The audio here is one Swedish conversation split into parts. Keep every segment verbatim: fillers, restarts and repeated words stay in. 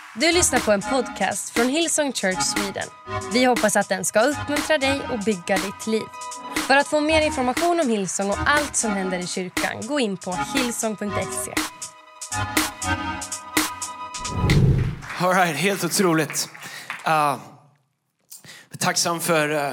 Du lyssnar på en podcast från Hillsong Church Sweden. Vi hoppas att den ska uppmuntra dig och bygga ditt liv. För att få mer information om Hillsong och allt som händer i kyrkan, gå in på hillsong punkt se. All right, helt otroligt. Uh, jag är tacksam för uh,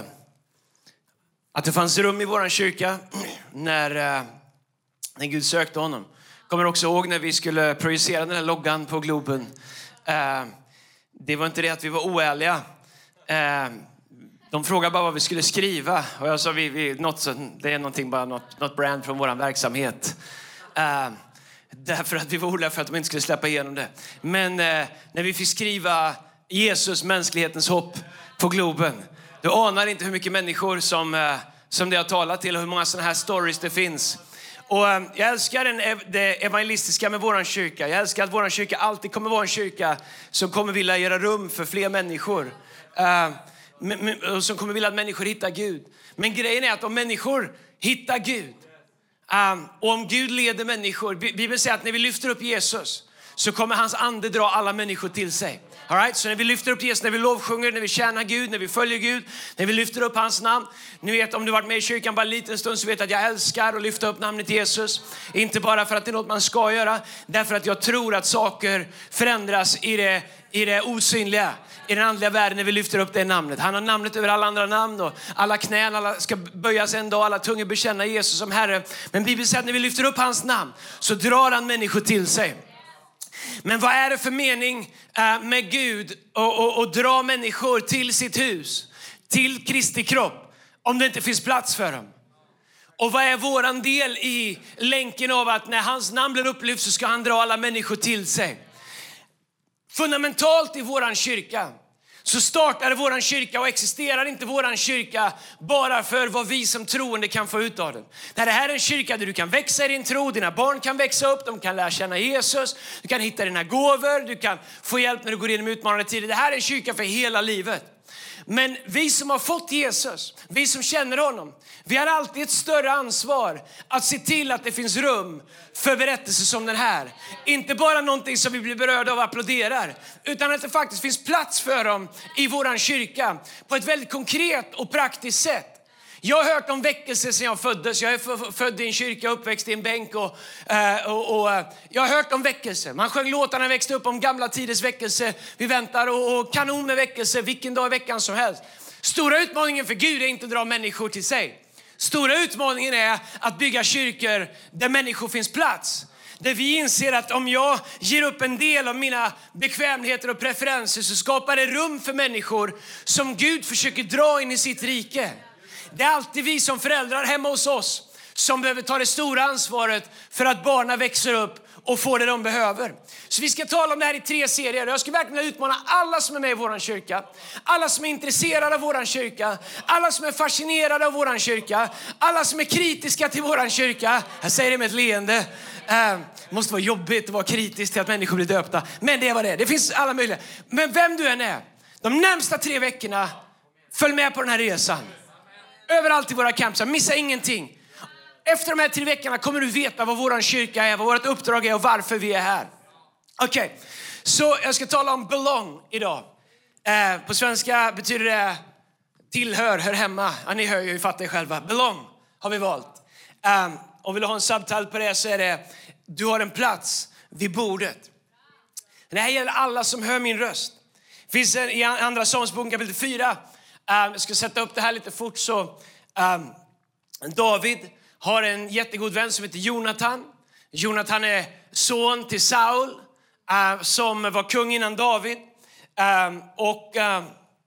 att det fanns rum i vår kyrka när, uh, när Gud sökte honom. Kommer också ihåg när vi skulle projicera den här loggan på Globen. Uh, det var inte det att vi var oärliga. Uh, de frågade bara vad vi skulle skriva. Och jag sa, vi, vi, något, det är någonting, bara något, något brand från vår verksamhet. Uh, därför att vi var oroliga för att de inte skulle släppa igenom det. Men uh, när vi fick skriva Jesus, mänsklighetens hopp på Globen. Du anar inte hur mycket människor som, uh, som det har talat till och hur många sådana här stories det finns. Och jag älskar den, det evangelistiska med våran kyrka. Jag älskar att våran kyrka alltid kommer vara en kyrka som kommer vilja göra rum för fler människor. Uh, som kommer vilja att människor hittar Gud. Men grejen är att om människor hittar Gud. Um, och om Gud leder människor. Bibeln säger att när vi lyfter upp Jesus så kommer hans ande dra alla människor till sig. All right? Så när vi lyfter upp Jesus, när vi lovsjunger, när vi tjänar Gud, när vi följer Gud, när vi lyfter upp hans namn. Ni vet, om du varit med i kyrkan bara en liten stund så vet att jag älskar att lyfta upp namnet Jesus. Inte bara för att det är något man ska göra, därför att jag tror att saker förändras i det, i det osynliga. I den andliga världen när vi lyfter upp det namnet. Han har namnet över alla andra namn och alla knän, alla ska böjas en dag, alla tungor bekänna Jesus som Herre. Men Bibeln säger att när vi lyfter upp hans namn så drar han människor till sig. Men vad är det för mening med Gud och, och, och dra människor till sitt hus, till Kristi kropp, om det inte finns plats för dem? Och vad är våran del i länken av att när hans namn blir upplyft så ska han dra alla människor till sig? Fundamentalt i våran kyrka så startade våran kyrka och existerar inte våran kyrka bara för vad vi som troende kan få ut av den. Det här är en kyrka där du kan växa i din tro, dina barn kan växa upp, de kan lära känna Jesus, du kan hitta dina gåvor, du kan få hjälp när du går igenom utmanande tider. Det här är en kyrka för hela livet. Men vi som har fått Jesus, vi som känner honom, vi har alltid ett större ansvar att se till att det finns rum för berättelser som den här. Inte bara någonting som vi blir berörda av och applåderar, utan att det faktiskt finns plats för dem i våran kyrka på ett väldigt konkret och praktiskt sätt. Jag har hört om väckelse sedan jag föddes. Jag är född i en kyrka, uppväxt i en bänk. Och, och, och, jag har hört om väckelse. Man sjöng låtarna när växte upp om gamla tiders väckelse. Vi väntar och, och kanon med väckelse vilken dag i veckan som helst. Stora utmaningen för Gud är inte att dra människor till sig. Stora utmaningen är att bygga kyrkor där människor finns plats. Där vi inser att om jag ger upp en del av mina bekvämligheter och preferenser så skapar det rum för människor som Gud försöker dra in i sitt rike. Det är alltid vi som föräldrar hemma hos oss som behöver ta det stora ansvaret för att barnen växer upp och får det de behöver. Så vi ska tala om det här i tre serier. Jag ska verkligen utmana alla som är med i våran kyrka. Alla som är intresserade av våran kyrka. Alla som är fascinerade av våran kyrka. Alla som är kritiska till våran kyrka. Jag säger det med ett leende. Det måste vara jobbigt att vara kritisk till att människor blir döpta. Men det var det. Det finns alla möjliga. Men vem du än är, de närmsta tre veckorna, följ med på den här resan. Överallt i våra campsar, missa ingenting. Efter de här tre veckorna kommer du veta vad våran kyrka är, vad vårt uppdrag är och varför vi är här. Okej, okay. Så jag ska tala om belong idag. Eh, på svenska betyder det tillhör, hör hemma. Ja, ni hör ju, fattar er själva. Belong har vi valt. Eh, om vi vill ha en subtitle på det så är det du har en plats vid bordet. Det här gäller alla som hör min röst. Det finns en, i andra Psalmsboken kapitel fyra. Um, jag ska sätta upp det här lite fort så. Um, David har en jättegod vän som heter Jonatan. Jonatan är son till Saul uh, som var kung innan David. Um, och um,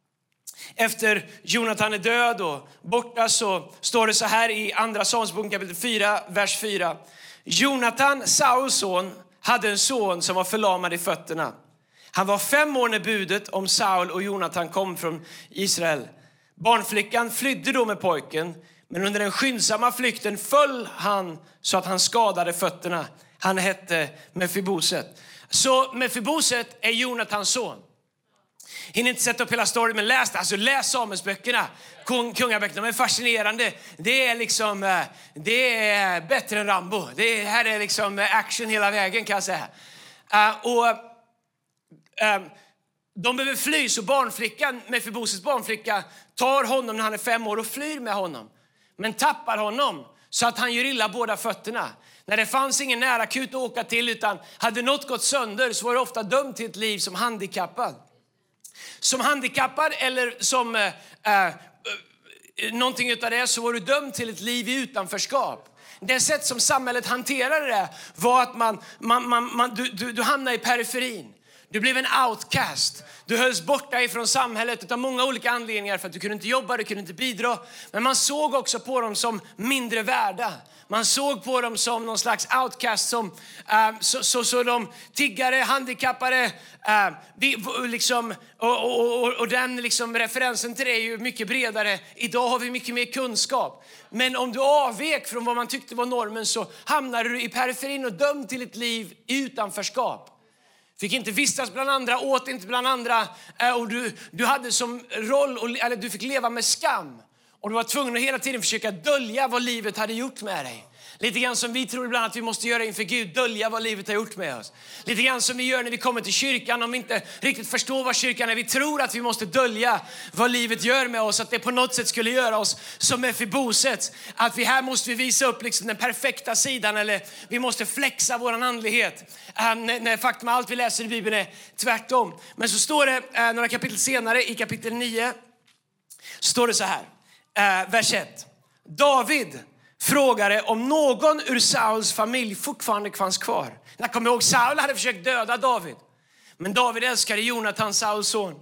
efter Jonatan är död och borta så står det så här i andra Psalmsboken kapitel fyra, vers fyra. Jonatan, Sauls son, hade en son som var förlamad i fötterna. Han var fem år när budet om Saul och Jonatan kom från Israel. Barnflickan flydde då med pojken, men under den skyndsamma flykten föll han så att han skadade fötterna. Han hette Mefiboset. Så Mefiboset är Jonatans son. Hinner inte sätta upp hela storyn, men läs det. Alltså läs Samuelsböckerna. Kung, kungaböckerna, de är fascinerande. Det är liksom, det är bättre än Rambo. Det här är liksom action hela vägen kan jag säga. Uh, och eh, de behöver fly, så barnflickan, Mefibosets barnflicka, tar honom när han är fem år och flyr med honom. Men tappar honom så att han gör illa båda fötterna. När det fanns ingen närakut att åka till, utan hade något gått sönder, så var det ofta dömd till ett liv som handikappad. Som handikappad eller som eh, eh, någonting utav det, så var du dömd till ett liv i utanförskap. Det sätt som samhället hanterade det var att man, man, man, man, du, du, du hamnade i periferin. Du blev en outcast. Du hölls borta ifrån samhället av många olika anledningar, för att du kunde inte jobba, du kunde inte bidra. Men man såg också på dem som mindre värda. Man såg på dem som någon slags outcast, som äh, så, så, så de tiggare, handikappade, äh, vi, liksom, och, och, och, och den liksom, referensen till det är ju mycket bredare. Idag har vi mycket mer kunskap. Men om du avvek från vad man tyckte var normen, så hamnade du i periferin och dömd till ett liv i utanförskap. Fick inte vistas bland andra, åt inte bland andra, och du, du hade som roll, eller du fick leva med skam. Och du var tvungen att hela tiden försöka dölja vad livet hade gjort med dig. Lite grann som vi tror ibland att vi måste göra inför Gud, dölja vad livet har gjort med oss. Lite grann som vi gör när vi kommer till kyrkan, om vi inte riktigt förstår vad kyrkan är. Vi tror att vi måste dölja vad livet gör med oss, att det på något sätt skulle göra oss som Mefiboset. Att vi här måste vi visa upp liksom den perfekta sidan, eller vi måste flexa våran andlighet. Äh, när, när faktum allt vi läser i Bibeln är tvärtom. Men så står det äh, några kapitel senare, i kapitel nio, står det så här. Uh, vers ett. David frågade om någon ur Sauls familj fortfarande fanns kvar. Jag kommer ihåg, Saul hade försökt döda David. Men David älskade Jonatan, Sauls son.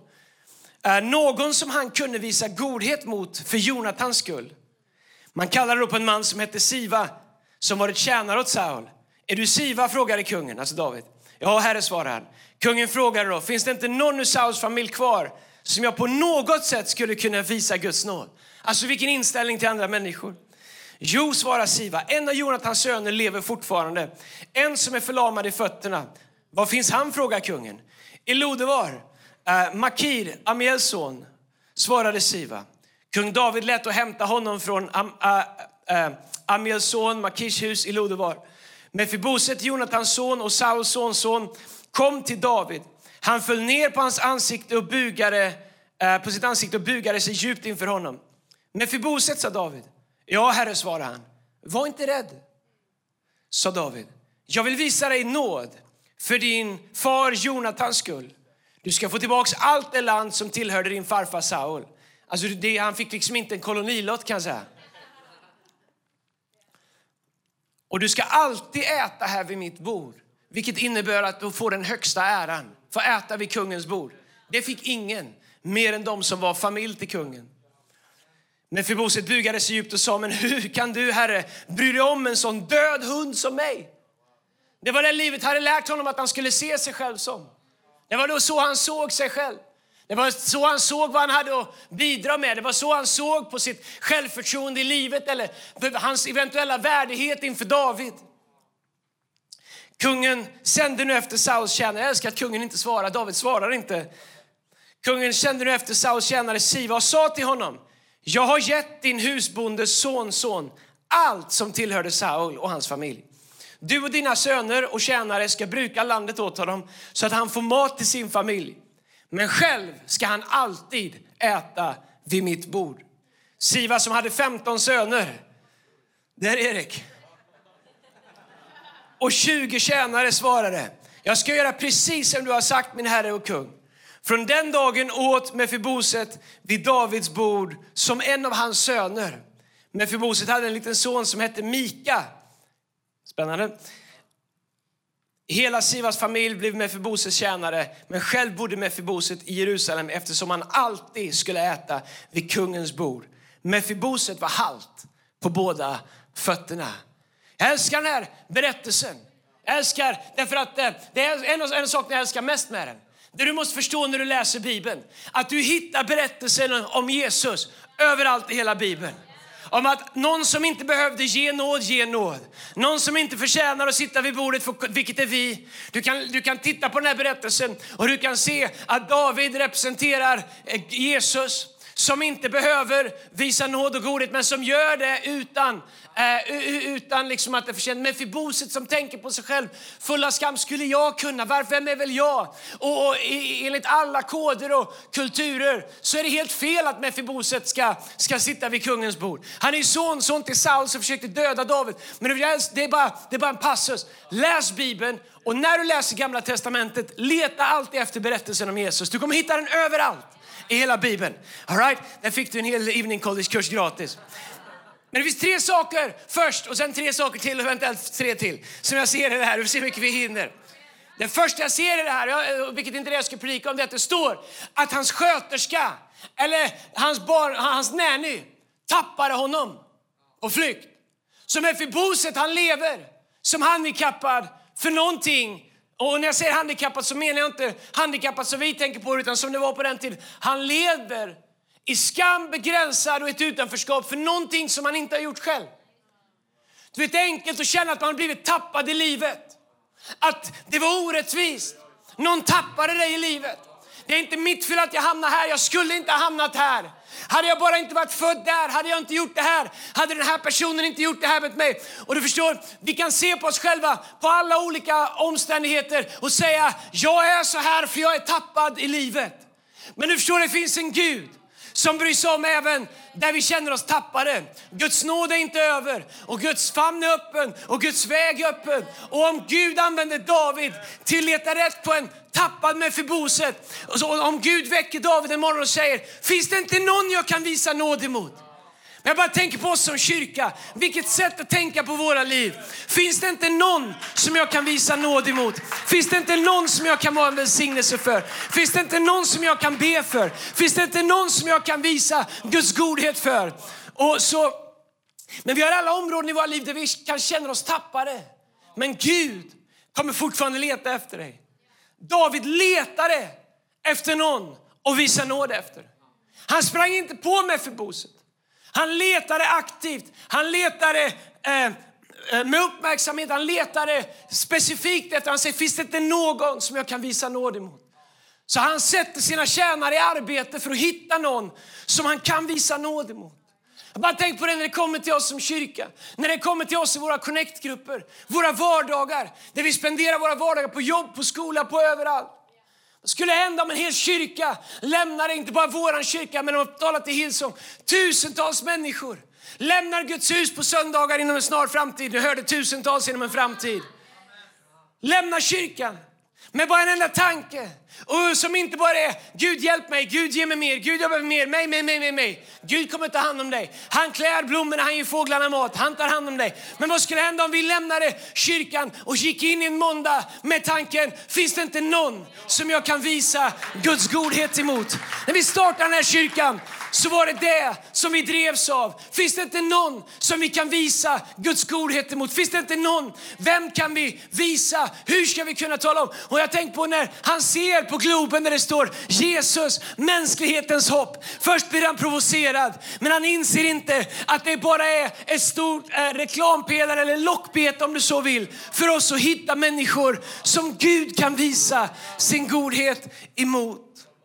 Uh, någon som han kunde visa godhet mot för Jonatans skull. Man kallade då på en man som hette Siva, som var ett tjänare åt Saul. Är du Siva, frågade kungen, alltså David. Ja, herre, svarade han. Kungen frågade då, finns det inte någon ur Sauls familj kvar som jag på något sätt skulle kunna visa Guds nåd? Alltså vilken inställning till andra människor. Jo, svarar Siva, en av Jonatans söner lever fortfarande. En som är förlamad i fötterna. Vad finns han, frågar kungen. I Lodevar, äh, Makir, Amiels son, svarade Siva. Kung David lät att hämta honom från Am, äh, äh, Amiels son, Makirs hus i Lodevar. Mefiboset, Jonatans son och Sauls sons son, kom till David. Han föll ner på hans ansikte och bugade, äh, på sitt ansikte och bugade sig djupt inför honom. Mefiboset, sa David. Ja, herre, svarade han. Var inte rädd, sa David. Jag vill visa dig nåd för din far Jonatans skull. Du ska få tillbaka allt det land som tillhörde din farfar Saul. Alltså det, han fick liksom inte en kolonilott, kan jag säga. Och du ska alltid äta här vid mitt bord. Vilket innebär att du får den högsta äran. Få äta vid kungens bord. Det fick ingen, mer än de som var familj till kungen. Mefiboset bugade sig djupt och sa, men hur kan du, herre, bry dig om en sån död hund som mig? Det var det livet hade lärt honom att han skulle se sig själv som. Det var då så han såg sig själv. Det var så han såg vad han hade att bidra med. Det var så han såg på sitt självförtroende i livet, eller hans eventuella värdighet inför David. Kungen sände nu efter Sauls tjänare. Jag älskar att kungen inte svarar. David svarar inte. Kungen sände nu efter Sauls tjänare Siva och sa till honom, jag har gett din husbondes sonson allt som tillhörde Saul och hans familj. Du och dina söner och tjänare ska bruka landet åt honom så att han får mat till sin familj. Men själv ska han alltid äta vid mitt bord. Siva, som hade femton söner, där Erik, och tjugo tjänare, svarade, jag ska göra precis som du har sagt, min herre och kung. Från den dagen åt Mefiboset vid Davids bord som en av hans söner. Mefiboset hade en liten son som hette Mika. Spännande. Hela Sivas familj blev Mefibosets tjänare, men själv bodde Mefiboset i Jerusalem eftersom han alltid skulle äta vid kungens bord. Mefiboset var halt på båda fötterna. Jag älskar den här berättelsen. Jag älskar därför att det är en, en sak jag älskar mest med den. Det du måste förstå när du läser Bibeln, att du hittar berättelsen om Jesus överallt i hela Bibeln. Om att någon som inte behövde ge nåd, ge nåd. Någon som inte förtjänar att sitta vid bordet, för, vilket är vi. Du kan, du kan titta på den här berättelsen och du kan se att David representerar Jesus som inte behöver visa nåd och godhet, men som gör det utan, eh, utan liksom att det är för sent. Mefiboset som tänker på sig själv, full av skam. Skulle jag kunna? Varför? Vem är väl jag? Och, och enligt alla koder och kulturer så är det helt fel att Mefiboset ska, ska sitta vid kungens bord. Han är ju son, son till Saul som försökte döda David. Men det är bara, det är bara en passus. Läs Bibeln, och när du läser Gamla testamentet, leta alltid efter berättelsen om Jesus. Du kommer hitta den överallt i hela Bibeln. All right? Där fick du en hel evening college-kurs gratis. Men det finns tre saker först och sen tre saker till och eventuellt tre till som jag ser i det här. Vi får se hur mycket vi hinner. Det första jag ser i det här, vilket inte det jag ska predika om, det, det står att hans sköterska eller hans barn, hans nanny tappade honom och flykt. Så Mefiboset, han lever som handikappad för någonting. Och när jag säger handikappad så menar jag inte handikappad som vi tänker på, utan som det var på den tiden. Han lever i skam, begränsad och ett utanförskap för någonting som han inte har gjort själv. Du vet, det är enkelt att känna att man har blivit tappad i livet. Att det var orättvist. Någon tappade dig i livet. Det är inte mitt fel att jag hamnar här. Jag skulle inte ha hamnat här. Hade jag bara inte varit född där, hade jag inte gjort det här. Hade den här personen inte gjort det här med mig. Och du förstår, vi kan se på oss själva på alla olika omständigheter och säga, jag är så här för jag är tappad i livet. Men du förstår, det finns en Gud som bryr sig om även där vi känner oss tappade. Guds nåd är inte över. Och Guds famn är öppen. Och Guds väg är öppen. Och om Gud använder David till att leta rätt på en tappad Mefiboset. Och så om Gud väcker David en morgon och säger, finns det inte någon jag kan visa nåd emot? Men jag bara tänker på oss som kyrka. Vilket sätt att tänka på våra liv. Finns det inte någon som jag kan visa nåd emot? Finns det inte någon som jag kan vara en välsignelse för? Finns det inte någon som jag kan be för? Finns det inte någon som jag kan visa Guds godhet för? Och så, men vi har alla områden i våra liv där vi kan känna oss tappade. Men Gud kommer fortfarande leta efter dig. David letade efter någon och visa nåd efter. Han sprang inte på Mefiboset. Han letade aktivt. Han letade eh, med uppmärksamhet. Han letade specifikt efter. Han säger, finns det inte någon som jag kan visa nåd emot? Så han sätter sina tjänare i arbete för att hitta någon som han kan visa nåd emot. Jag bara tänk på det när det kommer till oss som kyrka. När det kommer till oss i våra connect-grupper. Våra vardagar. Där vi spenderar våra vardagar på jobb, på skola, på överallt. Vad skulle hända om en hel kyrka lämnar inte bara våran kyrka, men de har talat till Hillsong. Tusentals människor lämnar Guds hus på söndagar inom en snar framtid. Du hörde tusentals inom en framtid. Lämnar kyrkan med bara en enda tanke. Och som inte bara är, Gud hjälp mig, Gud ge mig mer, Gud jobbar mer, mig, mig, mig, mig, mig. Gud kommer ta hand om dig. Han klär blommorna, han ger fåglarna mat, han tar hand om dig. Men vad skulle hända om vi lämnade kyrkan och gick in i en måndag med tanken, finns det inte någon som jag kan visa Guds godhet emot? När vi startade den här kyrkan så var det det som vi drevs av. Finns det inte någon som vi kan visa Guds godhet emot? Finns det inte någon? Vem kan vi visa? Hur ska vi kunna tala om? Och jag tänker på när han ser på Globen där det står Jesus, mänsklighetens hopp. Först blir han provocerad, men han inser inte att det bara är ett stort eh, reklampelare eller lockbete om du så vill. För oss att hitta människor som Gud kan visa sin godhet emot.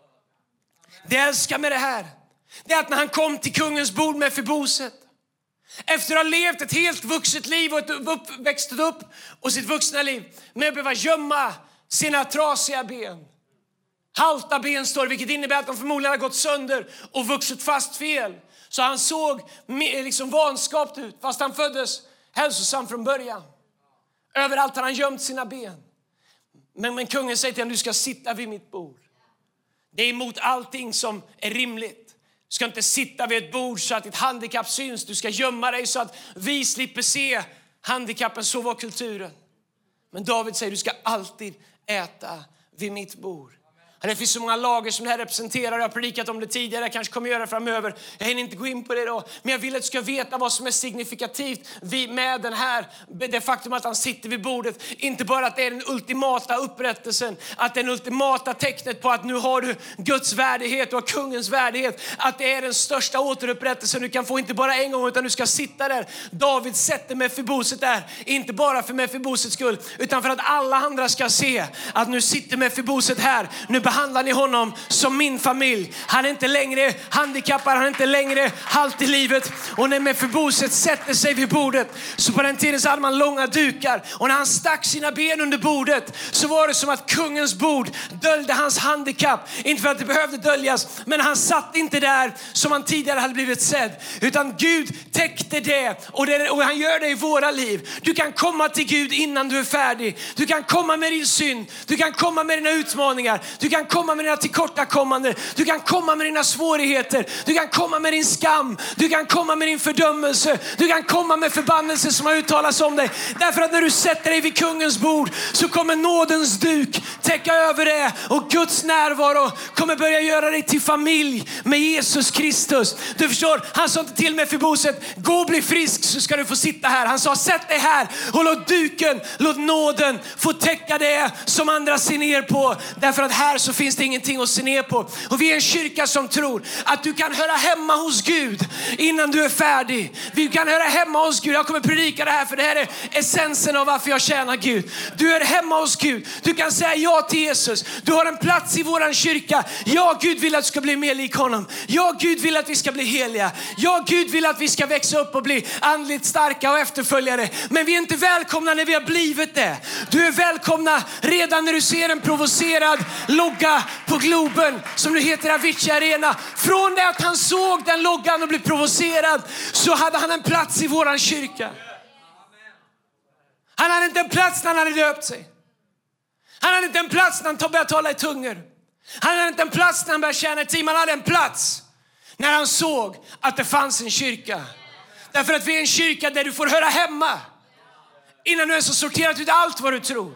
Det jag älskar med det här, det är att när han kom till kungens bord med Mefiboset, efter att ha levt ett helt vuxet liv och ett upp, växt upp och sitt vuxna liv med att behöva gömma sina trasiga ben. Halta ben står, vilket innebär att de förmodligen har gått sönder och vuxit fast fel. Så han såg liksom vanskapt ut, fast han föddes hälsosam från början. Överallt har han gömt sina ben. Men, men kungen säger till honom, du ska sitta vid mitt bord. Det är emot allting som är rimligt. Du ska inte sitta vid ett bord så att ditt handikapp syns. Du ska gömma dig så att vi slipper se handikappen. Så var kulturen. Men David säger, du ska alltid äta vid mitt bord. Det finns så många lager som det här representerar. Jag har predikat om det tidigare. Jag kanske kommer göra det framöver. Jag hinner inte gå in på det då. Men jag vill att du ska veta vad som är signifikativt med den här. Det faktum att han sitter vid bordet. Inte bara att det är den ultimata upprättelsen. Att det är den ultimata tecknet på att nu har du Guds värdighet och kungens värdighet. Att det är den största återupprättelsen du kan få. Inte bara en gång, utan du ska sitta där. David sätter Mefiboset där. Inte bara för Mefibosets skull. Utan för att alla andra ska se att nu sitter Mefiboset här. Nu behandlar ni honom som min familj. Han är inte längre handikappad, han är inte längre halt i livet. Och när Mefiboset sätter sig vid bordet, så på den tiden så hade man långa dukar. Och när han stack sina ben under bordet så var det som att kungens bord döljde hans handikapp. Inte för att det behövde döljas, men han satt inte där som han tidigare hade blivit sedd. Utan Gud täckte det och, det, och han gör det i våra liv. Du kan komma till Gud innan du är färdig. Du kan komma med din synd. Du kan komma med dina utmaningar. Du kan komma med dina tillkortakommande. Du kan komma med dina svårigheter. Du kan komma med din skam. Du kan komma med din fördömelse. Du kan komma med förbannelse som har uttalats om dig. Därför att när du sätter dig vid kungens bord så kommer nådens duk täcka över det. Och Guds närvaro kommer börja göra dig till familj med Jesus Kristus. Du förstår, han sa inte till Mefiboset, gå och bli frisk så ska du få sitta här. Han sa, sätt dig här och låt duken, låt nåden få täcka det som andra ser ner på. Därför att här så finns det ingenting att se ner på. Och vi är en kyrka som tror att du kan höra hemma hos Gud innan du är färdig. Vi kan höra hemma hos Gud. Jag kommer predika det här för det här är essensen av varför jag tjänar Gud. Du är hemma hos Gud. Du kan säga ja till Jesus. Du har en plats i våran kyrka. Ja, Gud vill att du ska bli mer lik honom. Ja, Gud vill att vi ska bli heliga. Ja, Gud vill att vi ska växa upp och bli andligt starka och efterföljare. Men vi är inte välkomna när vi har blivit det. Du är välkomna redan när du ser en provocerad logga på Globen som nu heter Avicii Arena. Från det att han såg den loggan och blev provocerad så hade han en plats i våran kyrka. Han hade inte en plats när han hade döpt sig. Han hade inte en plats när han började tala i tungor. Han hade inte en plats när han började tjäna ett team. Han hade en plats när han såg att det fanns en kyrka. Därför att vi är en kyrka där du får höra hemma. Innan du är så sorterat ut allt vad du tror.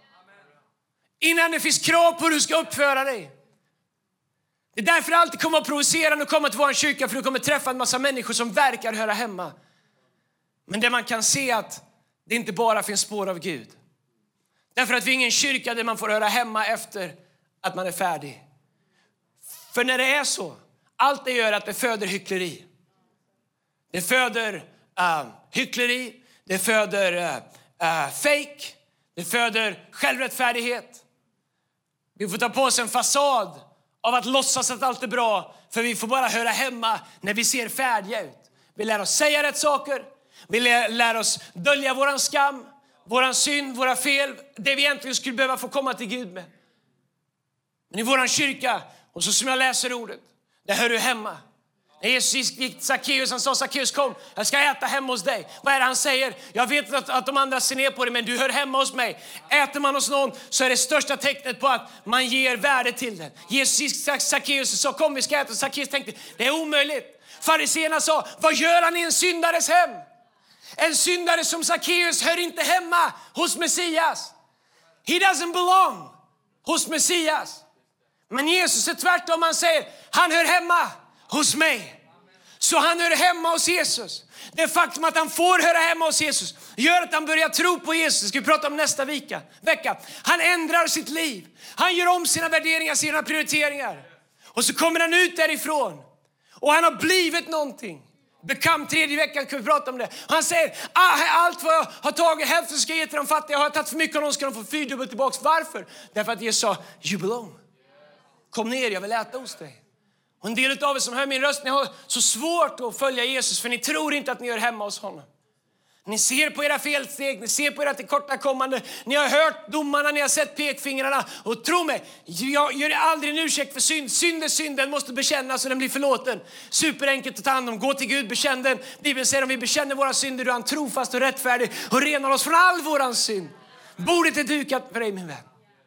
Innan det finns krav på hur du ska uppföra dig. Det är därför det alltid kommer att provocera när du kommer till vår kyrka. För du kommer träffa en massa människor som verkar höra hemma. Men där man kan se att det inte bara finns spår av Gud. Därför att vi är ingen kyrka där man får höra hemma efter att man är färdig. För när det är så, allt det gör att det föder hyckleri. Det föder uh, hyckleri, det föder uh, uh, fake, det föder självrättfärdighet. Vi får ta på oss en fasad av att låtsas att allt är bra, för vi får bara höra hemma när vi ser färdiga ut. Vi lär oss säga rätt saker, vi lär, lär oss dölja våran skam, våran synd, våra fel, det vi egentligen skulle behöva få komma till Gud med. Men i våran kyrka, och så som jag läser ordet, där hör du hemma. När Jesus gick till Sackeus, han sa, Sackeus kom, jag ska äta hemma hos dig. Vad är det han säger? Jag vet att, att de andra ser ner på dig, men du hör hemma hos mig. Äter man hos någon så är det största tecknet på att man ger värde till den. Jesus gick till Sackeus och sa, kom vi ska äta. Sackeus tänkte, det är omöjligt. Fariséerna sa, vad gör han i en syndares hem? En syndare som Sackeus hör inte hemma hos Messias. He doesn't belong hos Messias. Men Jesus är tvärtom, han säger, han hör hemma hos mig. Så han hör hemma hos Jesus. Det faktum att han får höra hemma hos Jesus gör att han börjar tro på Jesus. Det ska vi prata om nästa vecka. vecka. Han ändrar sitt liv. Han gör om sina värderingar, sina prioriteringar. Och så kommer han ut därifrån. Och han har blivit någonting. Bekam tredje veckan kan vi prata om det. Han säger, ah, allt vad jag har tagit, hälften ska jag ge till de fattiga. Jag har tagit för mycket av dem, ska de få fyrdubbelt tillbaka. Varför? Därför att Jesus sa, you belong. Kom ner, jag vill äta hos dig. Och en del av er som hör min röst, ni har så svårt att följa Jesus för ni tror inte att ni är hemma hos honom. Ni ser på era felsteg, ni ser på era tillkortakommande, ni har hört domarna, ni har sett pekfingrarna. Och tro mig, jag gör aldrig en ursäkt för synd. Synd är synd, den måste bekännas och den blir förlåten. Superenkelt att ta hand om, gå till Gud, bekänn den. Bibeln säger om vi bekänner våra synder, då är han trofast och rättfärdig och renar oss från all våran synd. Bordet är dukat för dig min vän.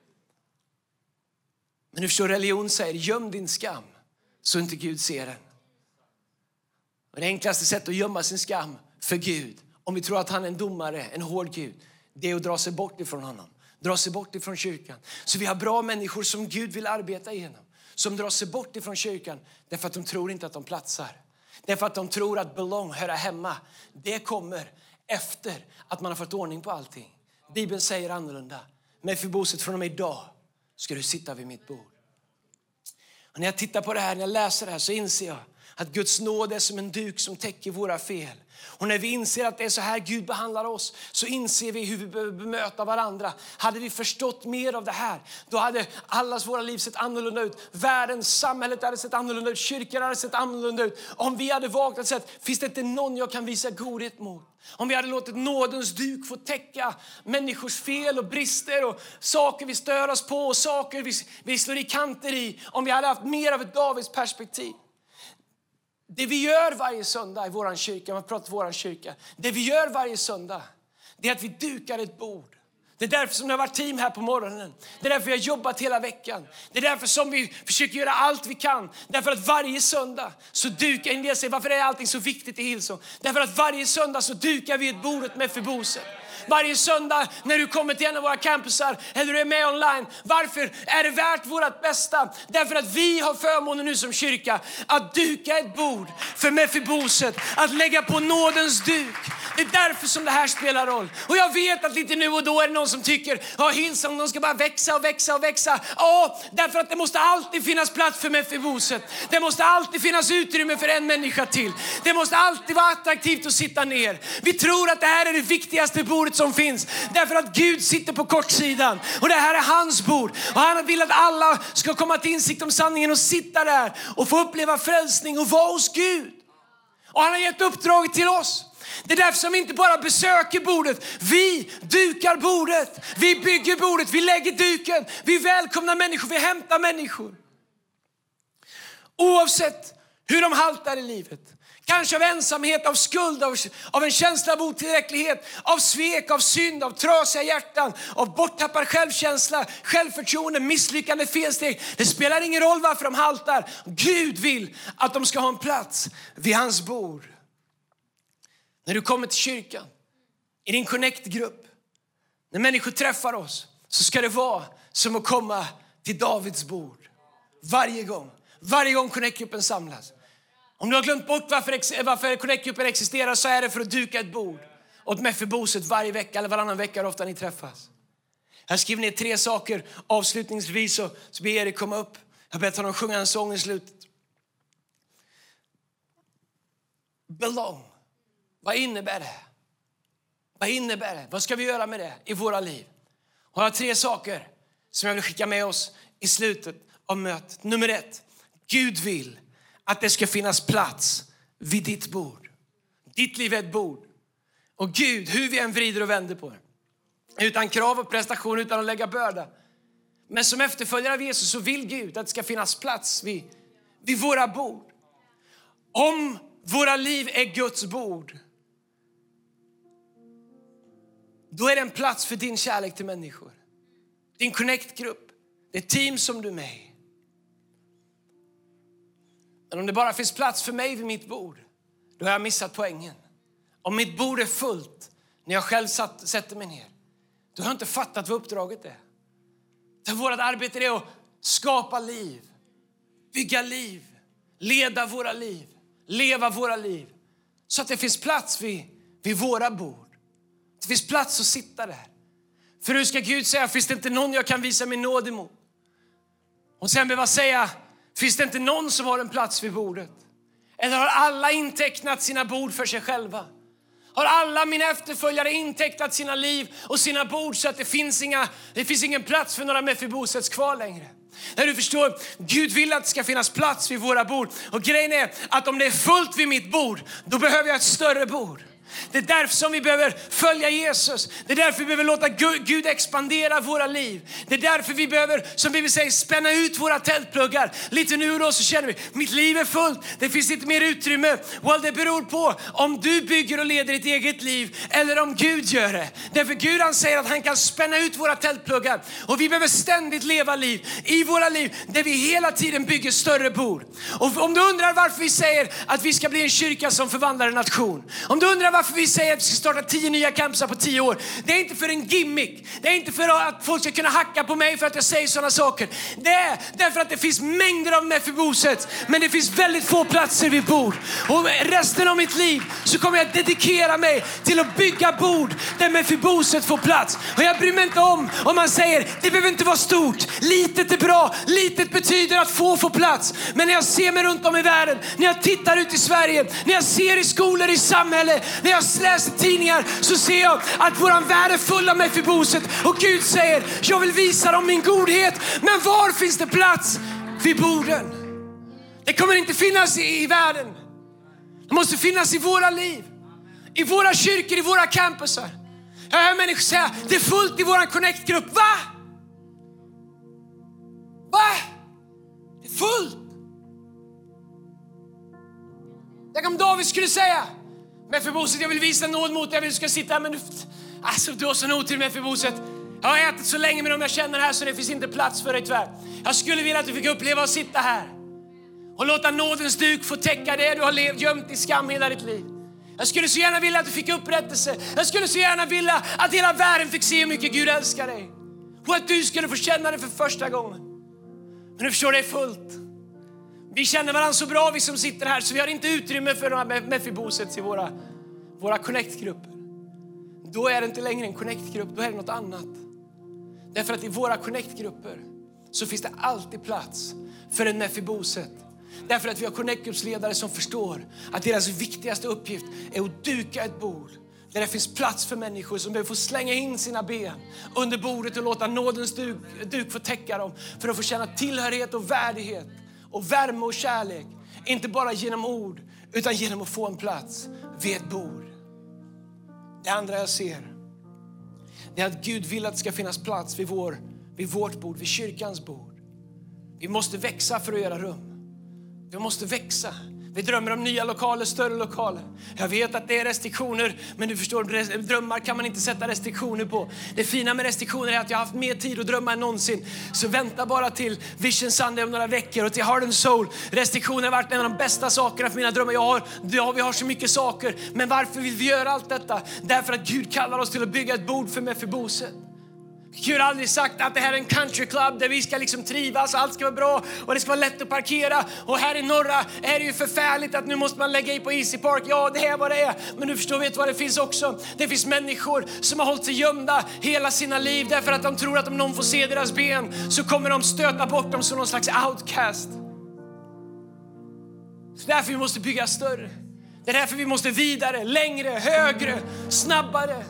Men nu förstår religion säger, göm din skam så inte Gud ser den. Och det enklaste sättet att gömma sin skam för Gud, om vi tror att han är en domare, en hård Gud, det är att dra sig bort ifrån honom. Dra sig bort ifrån kyrkan. Så vi har bra människor som Gud vill arbeta igenom. Som drar sig bort ifrån kyrkan därför att de tror inte att de platsar. Därför att de tror att belong, höra hemma, det kommer efter att man har fått ordning på allting. Bibeln säger annorlunda. Mefiboset, från och med idag ska du sitta vid mitt bord. Och när jag tittar på det här, när jag läser det här, så inser jag Att Guds nåd är som en duk som täcker våra fel. Och när vi inser att det är så här Gud behandlar oss, så inser vi hur vi behöver bemöta varandra. Hade vi förstått mer av det här, då hade allas våra liv sett annorlunda ut. Världens, samhället hade sett annorlunda ut. Kyrkan hade sett annorlunda ut. Om vi hade vagt att säga, finns det inte någon jag kan visa godhet mot? Om vi hade låtit nådens duk få täcka människors fel och brister och saker vi stör oss på och saker vi, vi slår i kanter i. Om vi hade haft mer av ett Davids perspektiv. Det vi gör varje söndag i våran kyrka, man pratar våran kyrka. Det vi gör varje söndag, det är att vi dukar ett bord. Det är därför som det har varit team här på morgonen. Det är därför vi har jobbat hela veckan. Det är därför som vi försöker göra allt vi kan. Därför att varje söndag så dukar en del sig. Varför är allting så viktigt i Hillsong? Därför att varje söndag så dukar vi ett bordet med Mefiboset. Varje söndag när du kommer till en av våra campusar eller du är med online. Varför är det värt vårt bästa? Därför att vi har förmånen nu som kyrka att duka ett bord för Mefiboset. Att lägga på nådens duk. Det är därför som det här spelar roll. Och jag vet att lite nu och då är det någon som tycker ja, Hillsong, de ska bara växa och växa och växa. Ja, därför att det måste alltid finnas plats för Mefiboset. Det måste alltid finnas utrymme för en människa till. Det måste alltid vara attraktivt att sitta ner. Vi tror att det här är det viktigaste bordet som finns. Därför att Gud sitter på kortsidan. Och det här är hans bord. Och han vill att alla ska komma till insikt om sanningen och sitta där och få uppleva frälsning och vara hos Gud. Och han har gett uppdraget till oss. Det är därför som vi inte bara besöker bordet. Vi dukar bordet. Vi bygger bordet. Vi lägger duken. Vi välkomnar människor. Vi hämtar människor. Oavsett hur de haltar i livet. Kanske av ensamhet, av skuld, av, av en känsla av otillräcklighet, av svek, av synd, av trasiga hjärtan, av borttappad självkänsla, självförtroende, misslyckande, felsteg. Det spelar ingen roll varför de haltar. Gud vill att de ska ha en plats vid hans bord. När du kommer till kyrkan, i din connect-grupp, när människor träffar oss, så ska det vara som att komma till Davids bord. Varje gång. Varje gång connect-gruppen samlas. Om du har glömt bort varför, varför connect-gruppen existerar, så är det för att duka ett bord åt Mefiboset varje vecka eller varannan vecka, ofta ni träffas. Jag skriver ner tre saker avslutningsvis, och så ber Erik komma upp. Jag ber honom sjunga en sång i slutet. Belong. Vad innebär det? Vad innebär det? Vad ska vi göra med det i våra liv? Och jag har tre saker som jag vill skicka med oss i slutet av mötet. Nummer ett. Gud vill att det ska finnas plats vid ditt bord. Ditt liv är ett bord. Och Gud, hur vi än vrider och vänder på det. Utan krav och prestation, utan att lägga börda. Men som efterföljare av Jesus så vill Gud att det ska finnas plats vid, vid våra bord. Om våra liv är Guds bord, då är det en plats för din kärlek till människor. Din connect-grupp. Det är team som du är med i. Men om det bara finns plats för mig vid mitt bord, då har jag missat poängen. Om mitt bord är fullt när jag själv satt, sätter mig ner, då har jag inte fattat vad uppdraget är. Det vårt arbete är att skapa liv, bygga liv, leda våra liv, leva våra liv. Så att det finns plats vid, vid våra bord. Det finns plats att sitta där. För hur ska Gud säga, finns det inte någon jag kan visa min nåd emot? Och sen behöva säga, finns det inte någon som har en plats vid bordet? Eller har alla intecknat sina bord för sig själva? Har alla mina efterföljare intecknat sina liv och sina bord så att det finns, inga, det finns ingen plats för några Mefibosets kvar längre? När du förstår, Gud vill att det ska finnas plats vid våra bord. Och grejen är att om det är fullt vid mitt bord, då behöver jag ett större bord. Det är därför som vi behöver följa Jesus. Det är därför vi behöver låta Gud expandera våra liv. Det är därför vi behöver, som vi vill säga, spänna ut våra tältpluggar. Lite nu och då så känner vi, mitt liv är fullt. Det finns inte mer utrymme. Well, det beror på om du bygger och leder ditt eget liv eller om Gud gör det. Därför Gud, han säger att han kan spänna ut våra tältpluggar. Och vi behöver ständigt leva liv i våra liv där vi hela tiden bygger större bord. Och om du undrar varför vi säger att vi ska bli en kyrka som förvandlar en nation. Om du undrar varför varför vi säger att vi ska starta tio nya campusar på tio år. Det är inte för en gimmick. Det är inte för att folk ska kunna hacka på mig för att jag säger sådana saker. Det är därför att det finns mängder av Mefiboset, men det finns väldigt få platser vid bord. Och resten av mitt liv så kommer jag dedikera mig till att bygga bord där Mefiboset får plats. Och jag bryr mig inte om om man säger det behöver inte vara stort. Litet är bra. Litet betyder att få får plats. Men när jag ser mig runt om i världen, när jag tittar ut i Sverige, när jag ser i skolor, i samhälle, när jag läser tidningar, så ser jag att våran värld är full av Mefiboset. Och Gud säger, jag vill visa dem min godhet. Men var finns det plats? Vid borden. Det kommer inte finnas i, i världen. Det måste finnas i våra liv. I våra kyrkor, i våra campusar. Jag hör människor säga, det är fullt i våran connect-grupp. Va? Va? Det är fullt. Tänk om David skulle säga, Mefiboset, jag vill visa nåd mot dig. Jag vill du ska sitta här, men du, alltså, du har sån otur, Mefiboset. Jag har ätit så länge med dem jag känner här så det finns inte plats för dig tyvärr. Jag skulle vilja att du fick uppleva att sitta här och låta nådens duk få täcka det du har levt gömt i skam hela ditt liv. Jag skulle så gärna vilja att du fick upprättelse. Jag skulle så gärna vilja att hela världen fick se hur mycket Gud älskar dig. Och att du skulle få känna det för första gången. Men du förstår, det är fullt. Vi känner varandra så bra, vi som sitter här, så vi har inte utrymme för de här Mefiboset i våra, våra connect-grupper. Då är det inte längre en connect-grupp, då är det något annat. Därför att i våra connect-grupper så finns det alltid plats för en Mefiboset. Därför att vi har connect-gruppsledare som förstår att deras viktigaste uppgift är att duka ett bord där det finns plats för människor som behöver få slänga in sina ben under bordet och låta nådens duk, duk få täcka dem för att få känna tillhörighet och värdighet och värme och kärlek. Inte bara genom ord utan genom att få en plats vid ett bord. Det andra jag ser, det är att Gud vill att det ska finnas plats vid, vår, vid vårt bord, vid kyrkans bord. Vi måste växa för att göra rum. Vi måste växa. Vi drömmer om nya lokaler, större lokaler. Jag vet att det är restriktioner, men du förstår, drömmar kan man inte sätta restriktioner på. Det fina med restriktioner är att jag har haft mer tid att drömma än någonsin. Så vänta bara till Vision Sunday om några veckor och till Heart and Soul. Restriktioner har varit en av de bästa sakerna för mina drömmar. Jag har, ja, vi har så mycket saker, men varför vill vi göra allt detta? Därför att Gud kallar oss till att bygga ett bord för Mefiboset. Gud har aldrig sagt att det här är en country club där vi ska liksom trivas och allt ska vara bra och det ska vara lätt att parkera. Och här i norra är det ju förfärligt att nu måste man lägga i på Easy Park. Ja, det är vad det är. Men du förstår, vet du vad det finns också? Det finns människor som har hållit sig gömda hela sina liv därför att de tror att om någon får se deras ben så kommer de stöta bort dem som någon slags outcast. Så därför vi måste bygga större. Det är därför vi måste vidare, längre, högre, snabbare.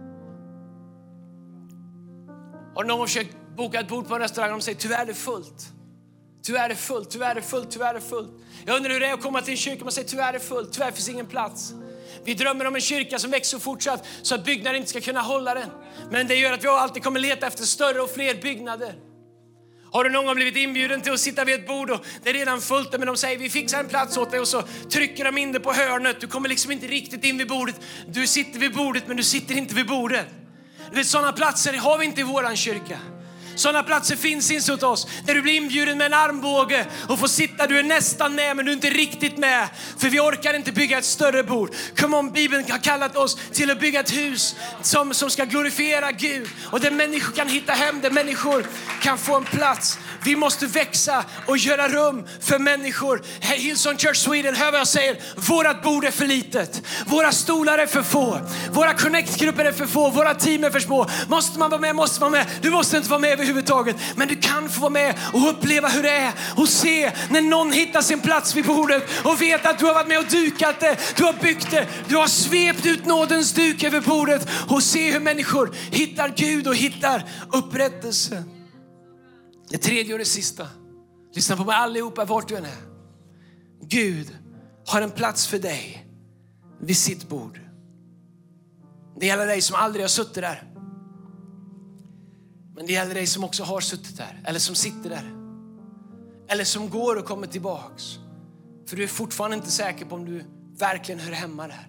Har någon försökt boka ett bord på en restaurang och de säger tyvärr är det fullt. Tyvärr är det fullt, tyvärr är det fullt, tyvärr är det fullt. Jag undrar hur det är att komma till en kyrka och man säger tyvärr är det fullt, tyvärr finns ingen plats. Vi drömmer om en kyrka som växer fortsatt så att byggnaden inte ska kunna hålla den. Men det gör att vi alltid kommer leta efter större och fler byggnader. Har du någon gång blivit inbjuden till att sitta vid ett bord och det är redan fullt, men de säger vi fixar en plats åt dig och så trycker de in det på hörnet. Du kommer liksom inte riktigt in vid bordet. Du sitter vid bordet men du sitter inte vid bordet. Du vet, sådana platser har vi inte i våran kyrka. Sådana platser finns inte hos oss. Där du blir inbjuden med en armbåge och får sitta. Du är nästan med men du är inte riktigt med. För vi orkar inte bygga ett större bord. Come on, Bibeln har kallat oss till att bygga ett hus som, som ska glorifiera Gud. Och där människor kan hitta hem. Där människor kan få en plats. Vi måste växa och göra rum för människor. Hey, Hillsong Church Sweden, hör vad jag säger. Vårat bord är för litet. Våra stolar är för få. Våra connect-grupper är för få. Våra team är för små. Måste man vara med, måste man vara med. Du måste inte vara med överhuvudtaget. Men du kan få vara med och uppleva hur det är. Och se när någon hittar sin plats vid bordet. Och vet att du har varit med och dukat det. Du har byggt det. Du har svept ut nådens duk över bordet. Och se hur människor hittar Gud och hittar upprättelse. Det tredje och det sista. Lyssna på mig allihopa vart du än är. Gud har en plats för dig vid sitt bord. Det gäller dig som aldrig har suttit där. Men det gäller dig som också har suttit där. Eller som sitter där. Eller som går och kommer tillbaks. För du är fortfarande inte säker på om du verkligen hör hemma där.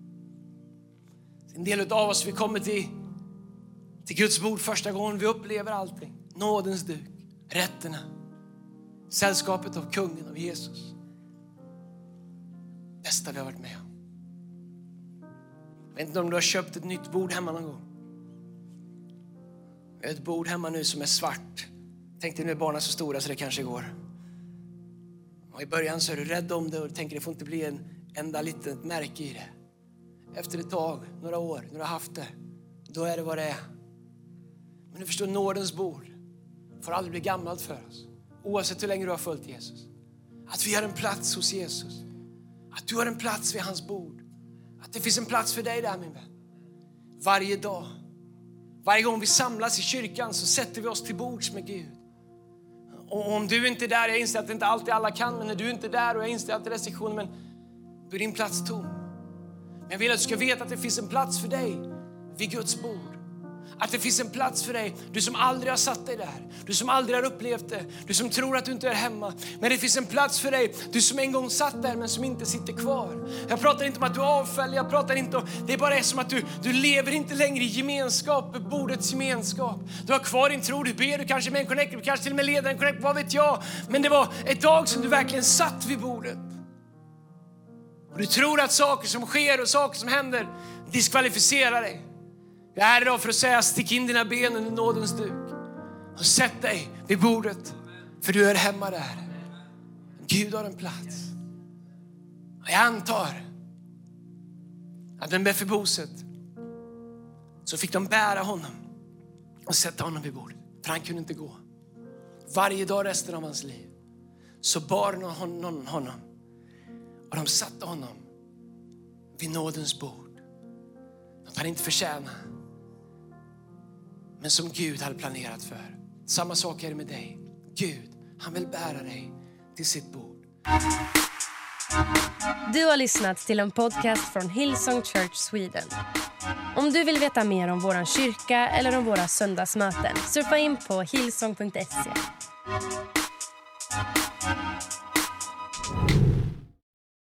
En del av oss, vi kommer till, till Guds bord första gången. Vi upplever allting. Nådens duk. Rätterna. Sällskapet av kungen, av Jesus. Bästa vi har varit med om. Jag vet inte om du har köpt ett nytt bord hemma någon gång. Jag har ett bord hemma nu som är svart. Tänk dig, nu är barnen så stora så det kanske går. Och i början så är du rädd om det och tänker det får inte bli en enda litet märke i det. Efter ett tag, några år, när du har haft det, då är det vad det är. Men du förstår, nådens bord får aldrig bli gammalt för oss. Oavsett hur länge du har följt Jesus. Att vi har en plats hos Jesus. Att du har en plats vid hans bord. Att det finns en plats för dig där, min vän. Varje dag. Varje gång vi samlas i kyrkan så sätter vi oss till bords med Gud. Och om du inte är där, jag inser att det inte alltid alla kan, men när du inte är där och jag inser att det är restriktioner, men då är din plats tom. Men jag vill att du ska veta att det finns en plats för dig vid Guds bord. Att det finns en plats för dig, du som aldrig har satt dig där. Du som aldrig har upplevt det. Du som tror att du inte är hemma. Men det finns en plats för dig, du som en gång satt där men som inte sitter kvar. Jag pratar inte om att du avfäller, jag pratar inte om, det är bara som att du, du lever inte längre i gemenskap, bordets gemenskap. Du har kvar din tro, du ber, du kanske med en connect, du kanske till och med leder en connect, vad vet jag. Men det var ett dag som du verkligen satt vid bordet. Och du tror att saker som sker och saker som händer diskvalificerar dig. Jag är här idag för att säga, stick in dina ben under nådens duk och sätt dig vid bordet, för du är hemma där. Gud har en plats. Och jag antar att den Mefiboset, så fick de bära honom och sätta honom vid bordet, för han kunde inte gå. Varje dag resten av hans liv så bar någon honom och de satte honom vid nådens bord. Något han inte förtjänar, men som Gud hade planerat för. Samma sak är det med dig. Gud, han vill bära dig till sitt bord. Du har lyssnat till en podcast från Hillsong Church Sweden. Om du vill veta mer om våran kyrka eller om våra söndagsmöten, surfa in på hillsong punkt se.